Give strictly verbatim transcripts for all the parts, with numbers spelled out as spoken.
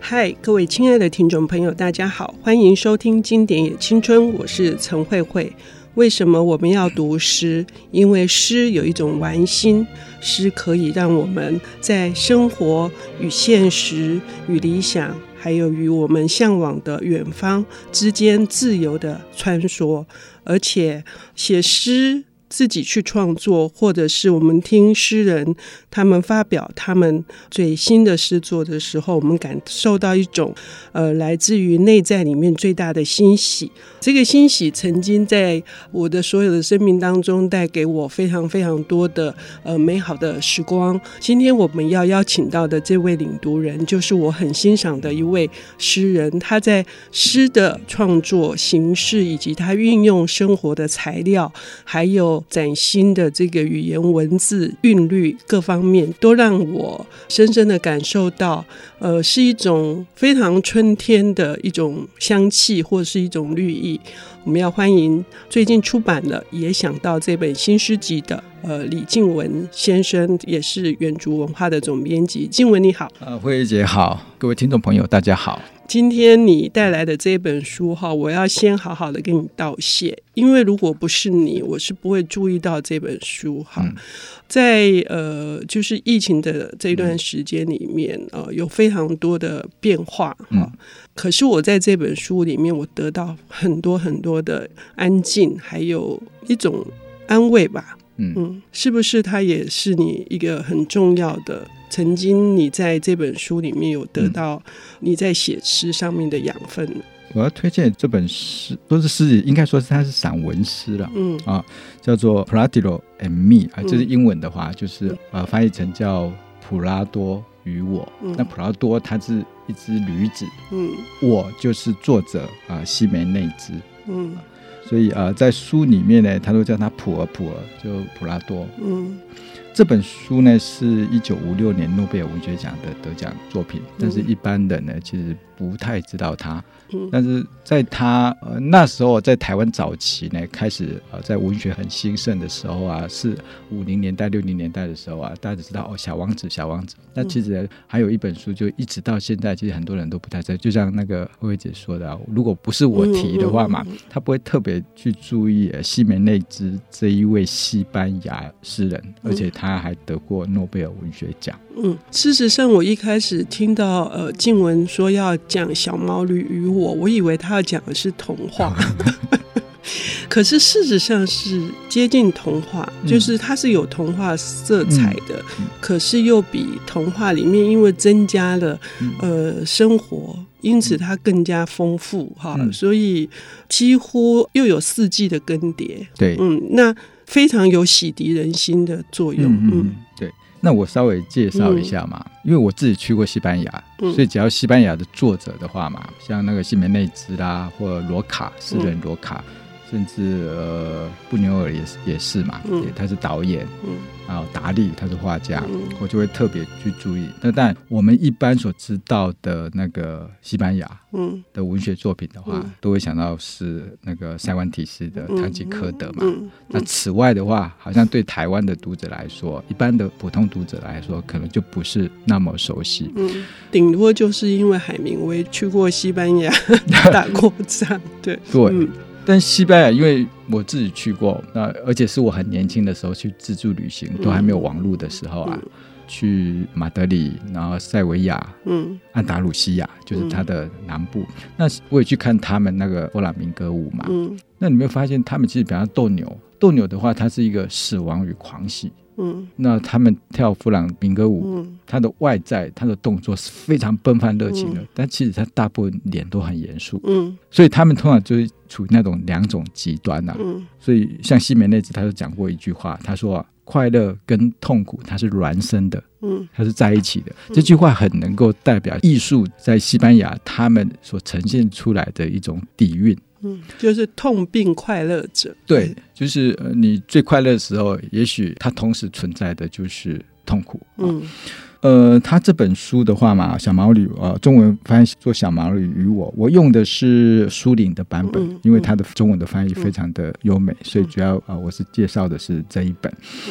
嗨，各位亲爱的听众朋友大家好，欢迎收听经典也青春，我是陈慧慧。为什么我们要读诗？因为诗有一种玩心，诗可以让我们在生活与现实与理想还有与我们向往的远方之间自由的穿梭，而且写诗自己去创作，或者是我们听诗人他们发表他们最新的诗作的时候，我们感受到一种呃来自于内在里面最大的欣喜。这个欣喜曾经在我的所有的生命当中带给我非常非常多的呃美好的时光。今天我们要邀请到的这位领读人，就是我很欣赏的一位诗人，他在诗的创作形式以及他运用生活的材料，还有崭新的这个语言文字韵律各方面，都让我深深的感受到呃，是一种非常春天的一种香气，或是一种绿意。我们要欢迎最近出版了也想到这本新诗集的呃李静文先生，也是远足文化的总编辑。静文你好。 呃，慧慧姐好，各位听众朋友大家好。 今天你带来的这本书哈，我要先好好的跟你道谢，因为如果不是你，我是不会注意到这本书哈。嗯、在呃，就是疫情的这段时间里面，呃，有非常多的变化哈。嗯、可是我在这本书里面，我得到很多很多的安静，还有一种安慰吧。嗯嗯，是不是它也是你一个很重要的？曾经你在这本书里面有得到你在写诗上面的养分。 我要推荐这本诗，都是诗集，应该说是它是散文诗了，嗯啊，叫做 Pratilo and Me 啊，这是英文的话，就是、嗯、呃翻译成叫普拉多与我。嗯、那普拉多他是一只驴子，嗯，我就是作者啊、呃、西梅内兹，嗯。所以呃，在书里面呢，他都叫他普尔普尔，就普拉多。嗯，这本书呢是一九五六年诺贝尔文学奖的得奖作品，但是一般人呢其实不太知道他。嗯、但是在他呃那时候在台湾早期呢，开始呃在文学很兴盛的时候啊，是五零年代六零年代的时候啊，大家只知道哦小王子小王子。那其实还有一本书，就一直到现在，其实很多人都不太知道。就像那个慧慧姐说的、啊，如果不是我提的话嘛，他不会特别去注意西梅内兹这一位西班牙诗人，而且他还得过诺贝尔文学奖。 嗯，事实上我一开始听到呃静文说要讲小毛驴与我，我以为他要讲的是童话。可是事实上是接近童话，嗯、就是它是有童话色彩的，嗯、可是又比童话里面因为增加了、嗯、呃生活，因此它更加丰富哈、嗯，所以几乎又有四季的更迭。 对， 嗯，那非常有洗涤人心的作用。嗯， 嗯对。那我稍微介绍一下嘛，嗯、因为我自己去过西班牙，嗯、所以只要西班牙的作者的话嘛，像那个西梅内兹啦，或罗卡诗人罗卡。嗯甚至呃，布纽尔也是也是嘛，嗯、他是导演，嗯，然后达利他是画家，嗯、我就会特别去注意。那但我们一般所知道的那个西班牙的文学作品的话，嗯、都会想到是那个塞万提斯的《堂吉诃德》嘛。嗯嗯、那此外的话，好像对台湾的读者来说，一般的普通读者来说，可能就不是那么熟悉。 嗯，顶多就是因为海明威去过西班牙打过仗，对对。嗯但西班牙因为我自己去过，那而且是我很年轻的时候去自助旅行，都还没有网络的时候啊，嗯、去马德里，然后塞维亚，嗯，安达鲁西亚就是它的南部。嗯、那我也去看他们那个弗朗明哥舞嘛，嗯、那你没有发现他们其实比方斗牛，斗牛的话，它是一个死亡与狂喜。嗯，那他们跳弗朗明哥舞，嗯、他的外在他的动作是非常奔放热情的，嗯、但其实他大部分脸都很严肃，嗯，所以他们通常就是处于那种两种极端啊，嗯、所以像西梅内兹他就讲过一句话，他说、啊、快乐跟痛苦它是孪生的，嗯，它是在一起的，嗯、这句话很能够代表艺术在西班牙他们所呈现出来的一种底蕴。 嗯，就是痛并快乐着。 对，就是、呃、你最快乐的时候，也许它同时存在的就是痛苦。嗯，呃，他这本书的话嘛，小毛驴呃，中文翻译做小毛驴与我，我用的是书林的版本，嗯、因为它的中文的翻译非常的优美，嗯、所以主要、呃、我是介绍的是这一本。嗯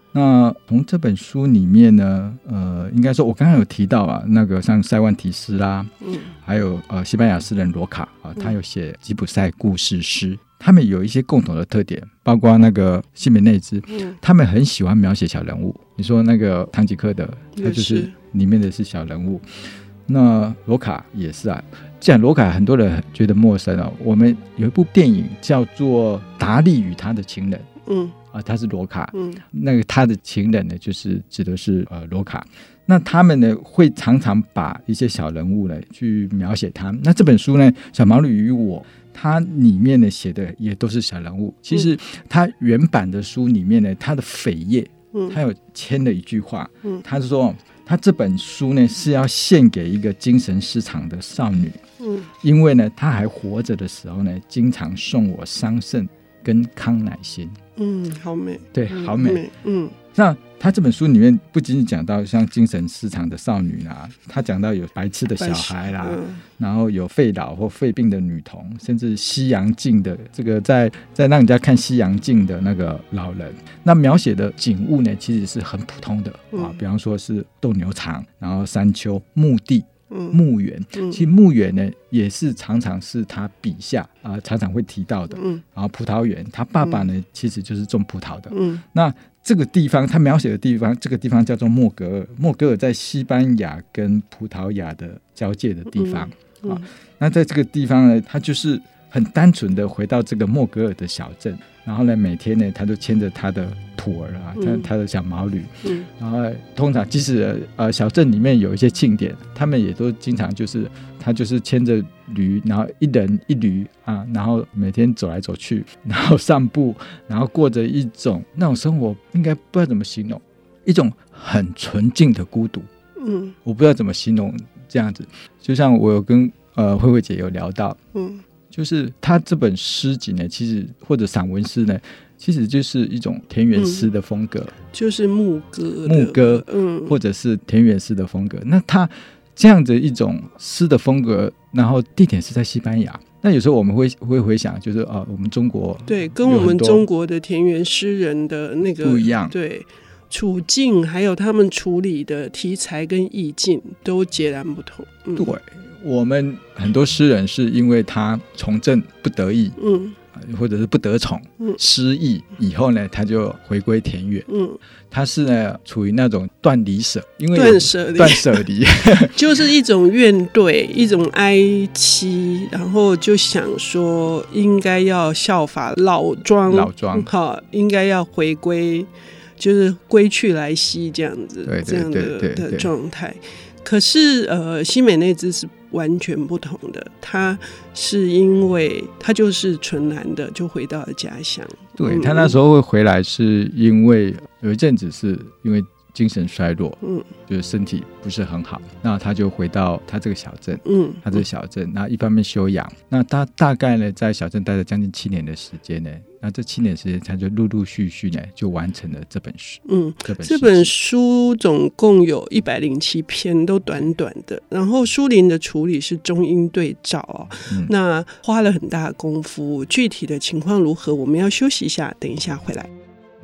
那从这本书里面呢，呃，应该说我刚刚有提到啊，那个像塞万提斯啦，嗯，还有呃西班牙诗人罗卡啊，他有写吉普赛故事诗，他们有一些共同的特点，包括那个西美内兹，嗯，他们很喜欢描写小人物。你说那个唐吉诃德，他就是里面的是小人物。那罗卡也是啊。讲罗卡很多人觉得陌生哦，我们有一部电影叫做《达利与他的情人》，嗯啊，他是罗卡，嗯，那个他的情人呢，就是指的是呃罗卡。那他们呢会常常把一些小人物呢去描写他。那这本书呢，《小毛驴与我》，它里面呢写的也都是小人物。其实它原版的书里面呢，它的扉页，它有签了一句话，嗯，他是说他这本书呢是要献给一个精神失常的少女，嗯，因为呢他还活着的时候呢，经常送我桑葚跟康乃馨。 嗯，好美， 对，好美， 美嗯。 那他这本书里面不仅仅讲到像精神失常的少女啦，他讲到有白痴的小孩啦，嗯，然后有肺痨或肺病的女童，甚至西洋镜的这个在在让人家看西洋镜的那个老人。那描写的景物呢，其实是很普通的，嗯，啊，比方说是斗牛场，然后山丘、墓地。墓园，嗯，其实墓园呢也是常常是他笔下啊，呃、常常会提到的，嗯，然后葡萄园，他爸爸呢，嗯，其实就是种葡萄的，嗯，那这个地方他描写的地方，这个地方叫做莫格尔，莫格尔在西班牙跟葡萄牙的交界的地方，嗯嗯，啊，那在这个地方呢，他就是很单纯的回到这个莫格尔的小镇，然后呢，每天呢，他就牵着他的土儿啊，他他的小毛驴，嗯，然后通常即使呃小镇里面有一些庆典，他们也都经常就是他就是牵着驴，然后一人一驴啊，然后每天走来走去，然后散步，然后过着一种那种生活，应该不知道怎么形容，一种很纯净的孤独，嗯，我不知道怎么形容这样子。就像我有跟呃慧慧姐有聊到，嗯。就是他这本诗集呢，其实或者散文诗呢，其实就是一种田园诗的风格，嗯， 就是牧歌牧歌，嗯，或者是田园诗的风格。那他这样的一种诗的风格，然后地点是在西班牙。那有时候我们会会回想，就是啊，我们中国对，跟我们中国的田园诗人的那个不一样， 对。处境还有他们处理的题材跟意境都截然不同，嗯， 对，我们很多诗人是因为他从政不得意，嗯，或者是不得宠，嗯，失意以后呢，他就回归田园，嗯，他是呢处于那种断离舍，因为断舍离， 断舍离就是一种怨怼，一种哀戚，然后就想说应该要效法老庄， 老庄， 好，应该要回归。就是归去来兮这样子， 对对对对对对这样的的状态。可是呃，西美内兹是完全不同的，他是因为他就是纯然的就回到了家乡。 对，他那时候会回来，是因为有一阵子是因为精神衰弱，嗯，就是身体不是很好，那他就回到他这个小镇，嗯，他这个小镇，那一方面休养，那他大概呢在小镇待了将近七年的时间呢，那这七年时间他就陆陆续续呢就完成了这本书，嗯，这本, 这本书总共有一百零七篇，都短短的，然后书林的处理是中英对照，哦嗯，那花了很大的功夫，具体的情况如何，我们要休息一下，等一下回来。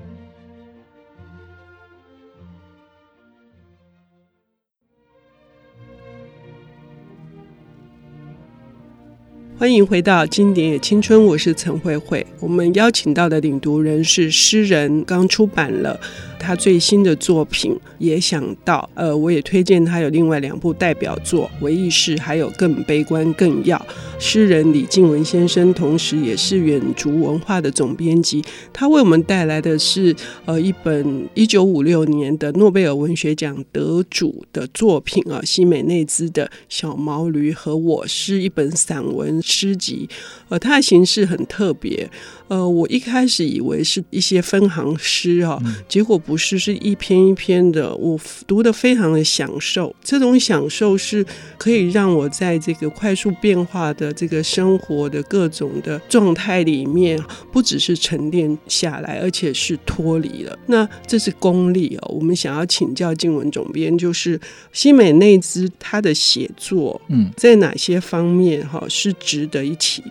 欢迎回到经典也青春，我是陈慧慧。我们邀请到的领读人是诗人，刚出版了他最新的作品《也想到》，呃，我也推荐他有另外两部代表作《唯意识》还有《更悲观更要》。诗人李静文先生同时也是远足文化的总编辑，他为我们带来的是呃一本一九五六年的诺贝尔文学奖得主的作品啊，西美内兹的《小毛驴和我》，是一本散文诗集，呃，它的形式很特别。呃，我一开始以为是一些分行诗啊，嗯，结果不是，是一篇一篇的。我读得非常的享受，这种享受是可以让我在这个快速变化的这个生活的各种的状态里面，不只是沉淀下来，而且是脱离了。那这是功力哦。我们想要请教静文总编，就是西美内兹他的写作，嗯，在哪些方面哈是值得一提的？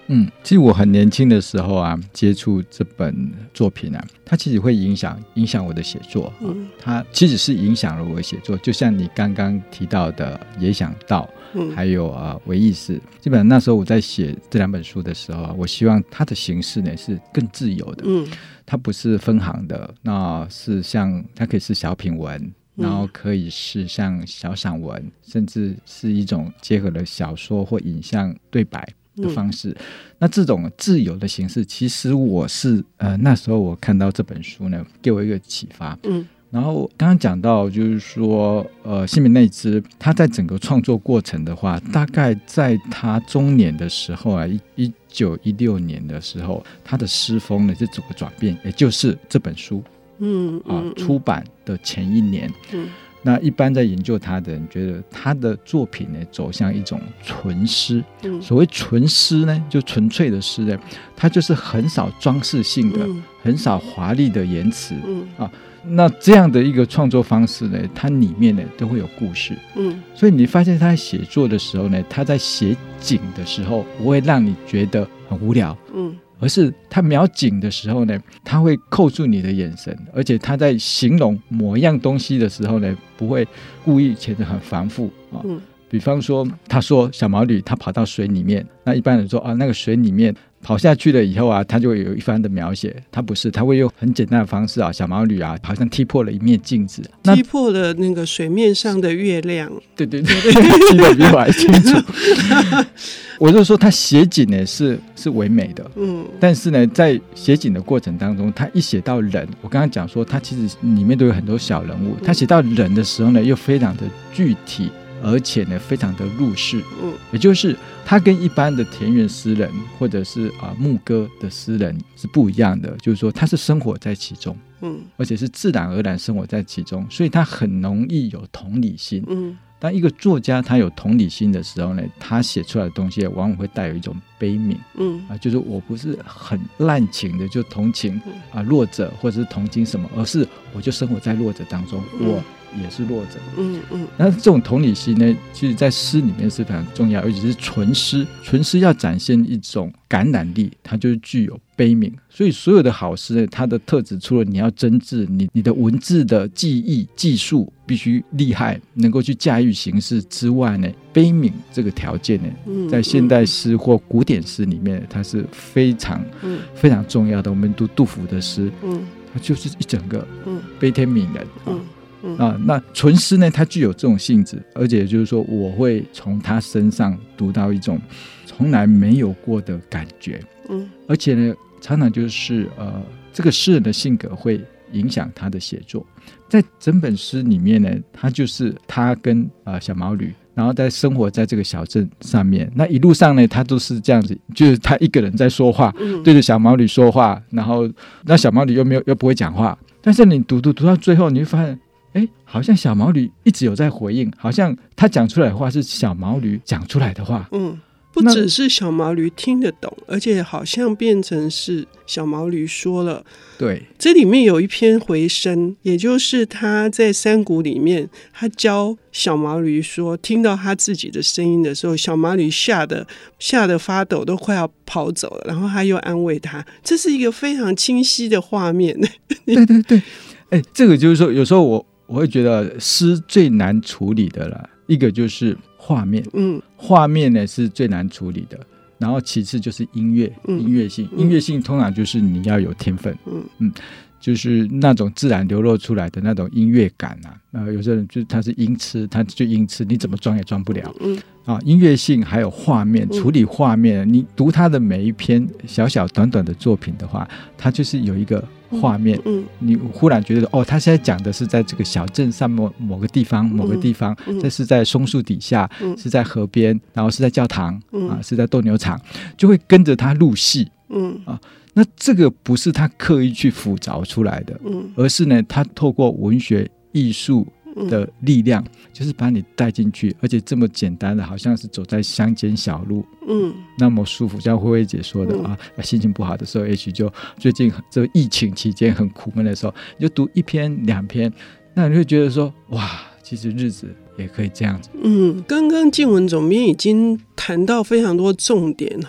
嗯，其实我很年轻的时候啊，接触这本作品啊，它其实会影响影响我的写作、嗯啊、它其实是影响了我的写作，就像你刚刚提到的也想到、嗯、还有啊唯意识，基本上那时候我在写这两本书的时候啊，我希望它的形式呢是更自由的，嗯，它不是分行的，那是像它可以是小品文，然后可以是像小散文、嗯、甚至是一种结合了小说或影像对白的方式、嗯、那这种自由的形式其实我是呃那时候我看到这本书呢给我一个启发，嗯，然后刚刚讲到就是说呃西门内之他在整个创作过程的话，大概在他中年的时候啊，一九一六年的时候，他的诗风呢就整个转变，也就是这本书嗯, 嗯, 嗯、啊、出版的前一年，嗯，那一般在研究他的人觉得他的作品呢走向一种纯诗、嗯、所谓纯诗呢就纯粹的诗呢，它就是很少装饰性的、嗯、很少华丽的言辞、嗯、啊，那这样的一个创作方式呢，它里面呢都会有故事，嗯，所以你发现他在写作的时候呢，他在写景的时候不会让你觉得很无聊，嗯，而是他描景的时候呢，他会扣住你的眼神，而且他在形容某样东西的时候呢，不会故意显得很繁复、啊嗯、比方说他说小毛驴他跑到水里面，那一般人说啊，那个水里面跑下去了以后啊，他就有一番的描写，他不是，他会用很简单的方式啊，小毛驴啊好像踢破了一面镜子， 踢破了那个水面上的月亮， 对对对对，记得比我还清楚我就说他写景呢是是唯美的，嗯，但是呢在写景的过程当中，他一写到人，我刚刚讲说他其实里面都有很多小人物，他写到人的时候呢又非常的具体，而且呢非常的入世，嗯，也就是他跟一般的田园诗人或者是啊、呃、牧歌的诗人是不一样的，就是说他是生活在其中，嗯，而且是自然而然生活在其中，所以他很容易有同理心，嗯，当一个作家他有同理心的时候呢，他写出来的东西往往会带有一种悲悯，嗯啊，就是我不是很滥情的就同情啊弱者或者是同情什么，而是我就生活在弱者当中，嗯，我也是弱者，嗯嗯，那这种同理心呢，其实在诗里面是非常重要，尤其是纯诗，纯诗要展现一种感染力，它就是具有悲悯，所以所有的好诗呢，它的特质除了你要真挚，你你的文字的技艺技术必须厉害，能够去驾驭形式之外呢，悲悯这个条件呢，嗯，在现代诗或古典诗里面它是非常、嗯、非常重要的。我们读杜甫的诗，嗯，它就是一整个悲天悯人，嗯啊嗯啊，那纯诗呢，它具有这种性质，而且就是说我会从他身上读到一种从来没有过的感觉，嗯，而且呢常常就是呃，这个诗人的性格会影响他的写作。在整本诗里面呢，他就是他跟、呃、小毛驴，然后在生活在这个小镇上面，那一路上呢他都是这样子，就是他一个人在说话，嗯，对着小毛驴说话，然后那小毛驴又没有又不会讲话，但是你读读读到最后你会发现，哎，好像小毛驴一直有在回应，好像他讲出来的话是小毛驴讲出来的话， 嗯，不只是小毛驴听得懂，而且好像变成是小毛驴说了。 对， 这里面有一篇回声，也就是他在山谷里面，他教小毛驴说，听到他自己的声音的时候，小毛驴吓得吓得发抖，都快要跑走了，然后他又安慰他，这是一个非常清晰的画面。 对对对，哎，这个就是说，有时候我我会觉得诗最难处理的啦，一个就是画面，嗯，画面呢是最难处理的，然后其次就是音乐，嗯，音乐性，音乐性通常就是你要有天分，嗯嗯，就是那种自然流露出来的那种音乐感啊，呃，有些人就是他是音痴，他就音痴，你怎么装也装不了，嗯啊，音乐性还有画面，处理画面，你读他的每一篇小小短短的作品的话，他就是有一个画面，嗯，你忽然觉得哦，他现在讲的是在这个小镇上某某个地方，某个地方，嗯，这是在松树底下，嗯，是在河边，然后是在教堂，嗯，啊，是在斗牛场，就会跟着他入戏，嗯啊，那这个不是他刻意去复杂出来的，嗯，而是呢，他透过文学艺术的力量，就是把你带进去，而且这么简单的，好像是走在乡间小路，嗯，那么舒服，像慧慧姐说的，嗯，啊，心情不好的时候，也许就最近这疫情期间很苦闷的时候，你就读一篇两篇，那你会觉得说，哇，其实日子也可以这样子。 嗯，刚刚静文总编已经谈到非常多重点哈，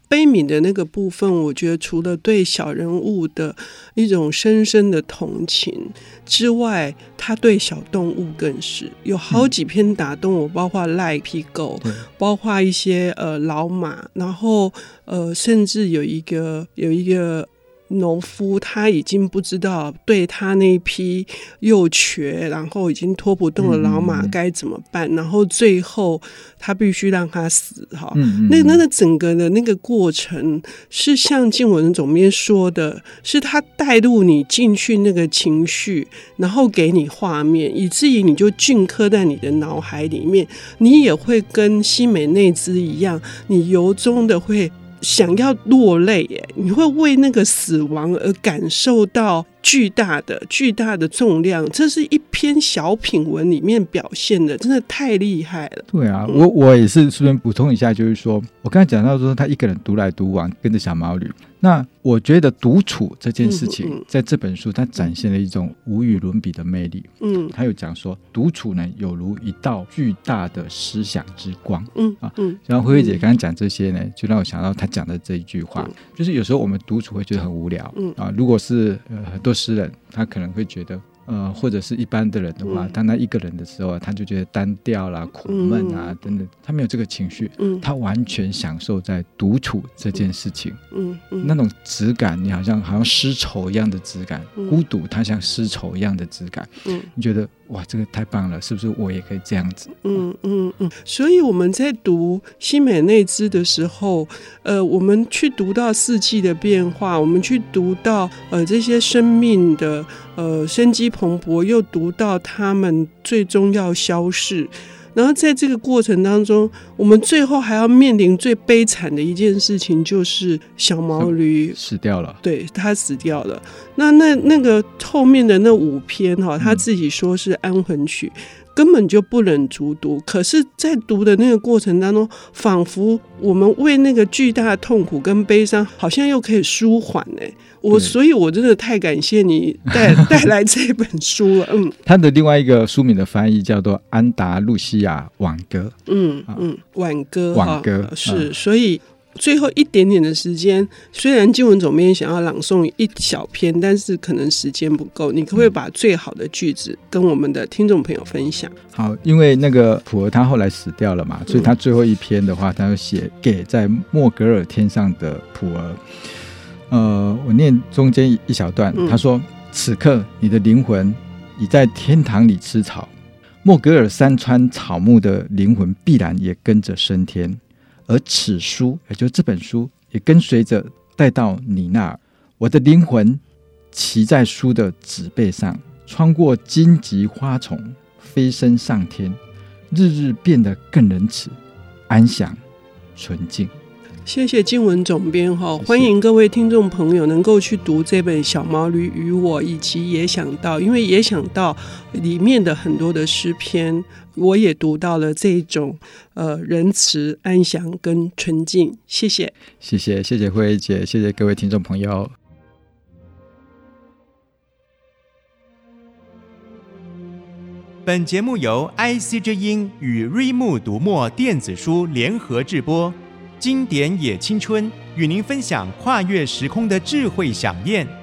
悲悯的那个部分，我觉得除了对小人物的一种深深的同情之外，他对小动物更是有好几篇打动我，包括赖皮狗，包括一些呃老马，然后呃甚至有一个有一个农夫，他已经不知道对他那一批又瘸然后已经拖不动的老马该怎么办、嗯、然后最后他必须让他死、嗯、那那个整个的那个过程是像静文总编说的，是他带入你进去那个情绪，然后给你画面，以至于你就镌刻在你的脑海里面，你也会跟西美内兹一样，你由衷的会想要落泪耶，你会为那个死亡而感受到巨大的巨大的重量，这是一篇小品文里面表现的，真的太厉害了。 对啊，我我也是顺便补充一下，就是说我刚才讲到说他一个人独来独往跟着小毛驴，那我觉得独处这件事情、嗯嗯、在这本书它展现了一种无与伦比的魅力。嗯，他有讲说独处呢有如一道巨大的思想之光。嗯啊，嗯，然后慧慧姐刚刚讲这些呢，就让我想到她讲的这一句话、嗯、就是有时候我们独处会觉得很无聊。嗯啊，如果是、呃、很多诗人他可能会觉得呃，或者是一般的人的话、嗯、当他一个人的时候他就觉得单调啦苦闷啊、嗯、等等，他没有这个情绪、嗯、他完全享受在独处这件事情、嗯嗯、那种质感你好像好像丝绸一样的质感、嗯、孤独它像丝绸一样的质感、嗯、你觉得哇这个太棒了，是不是我也可以这样子？ 嗯嗯嗯。所以我们在读西美内兹的时候呃，我们去读到四季的变化，我们去读到呃这些生命的呃生机蓬勃，又读到他们最终要消逝，然后在这个过程当中，我们最后还要面临最悲惨的一件事情，就是小毛驴死掉了。 对，他死掉了。那那那个后面的那五篇他自己说是安魂曲、嗯，根本就不忍卒读，可是在读的那个过程当中，仿佛我们为那个巨大的痛苦跟悲伤好像又可以舒缓、欸、我所以我真的太感谢你带带来这本书了。嗯， 他的另外一个书名的翻译叫做《安达路西亚挽歌》。 嗯嗯，挽歌挽歌是、嗯、所以最后一点点的时间，虽然静文总编想要朗诵一小篇，但是可能时间不够，你可不可以把最好的句子跟我们的听众朋友分享？ 好，因为那个普洱他后来死掉了嘛，所以他最后一篇的话他就写给在莫格尔天上的普洱。呃，我念中间一小段，他说、嗯、此刻你的灵魂已在天堂里吃草，莫格尔山川草木的灵魂必然也跟着升天，而此书也就是这本书也跟随着带到你那儿，我的灵魂骑在书的纸背上，穿过荆棘花丛，飞升上天，日日变得更仁慈安详纯净。 谢谢静文总编，欢迎各位听众朋友能够去读这本《小毛驴与我》，以及也想到，因为也想到里面的很多的诗篇，我也读到了这种呃仁慈安详跟纯净。谢谢谢谢谢谢慧姐，谢谢各位听众朋友。 本节目由 I C 之音与瑞木读墨电子书联合制播，经典也青春与您分享跨越时空的智慧饗宴。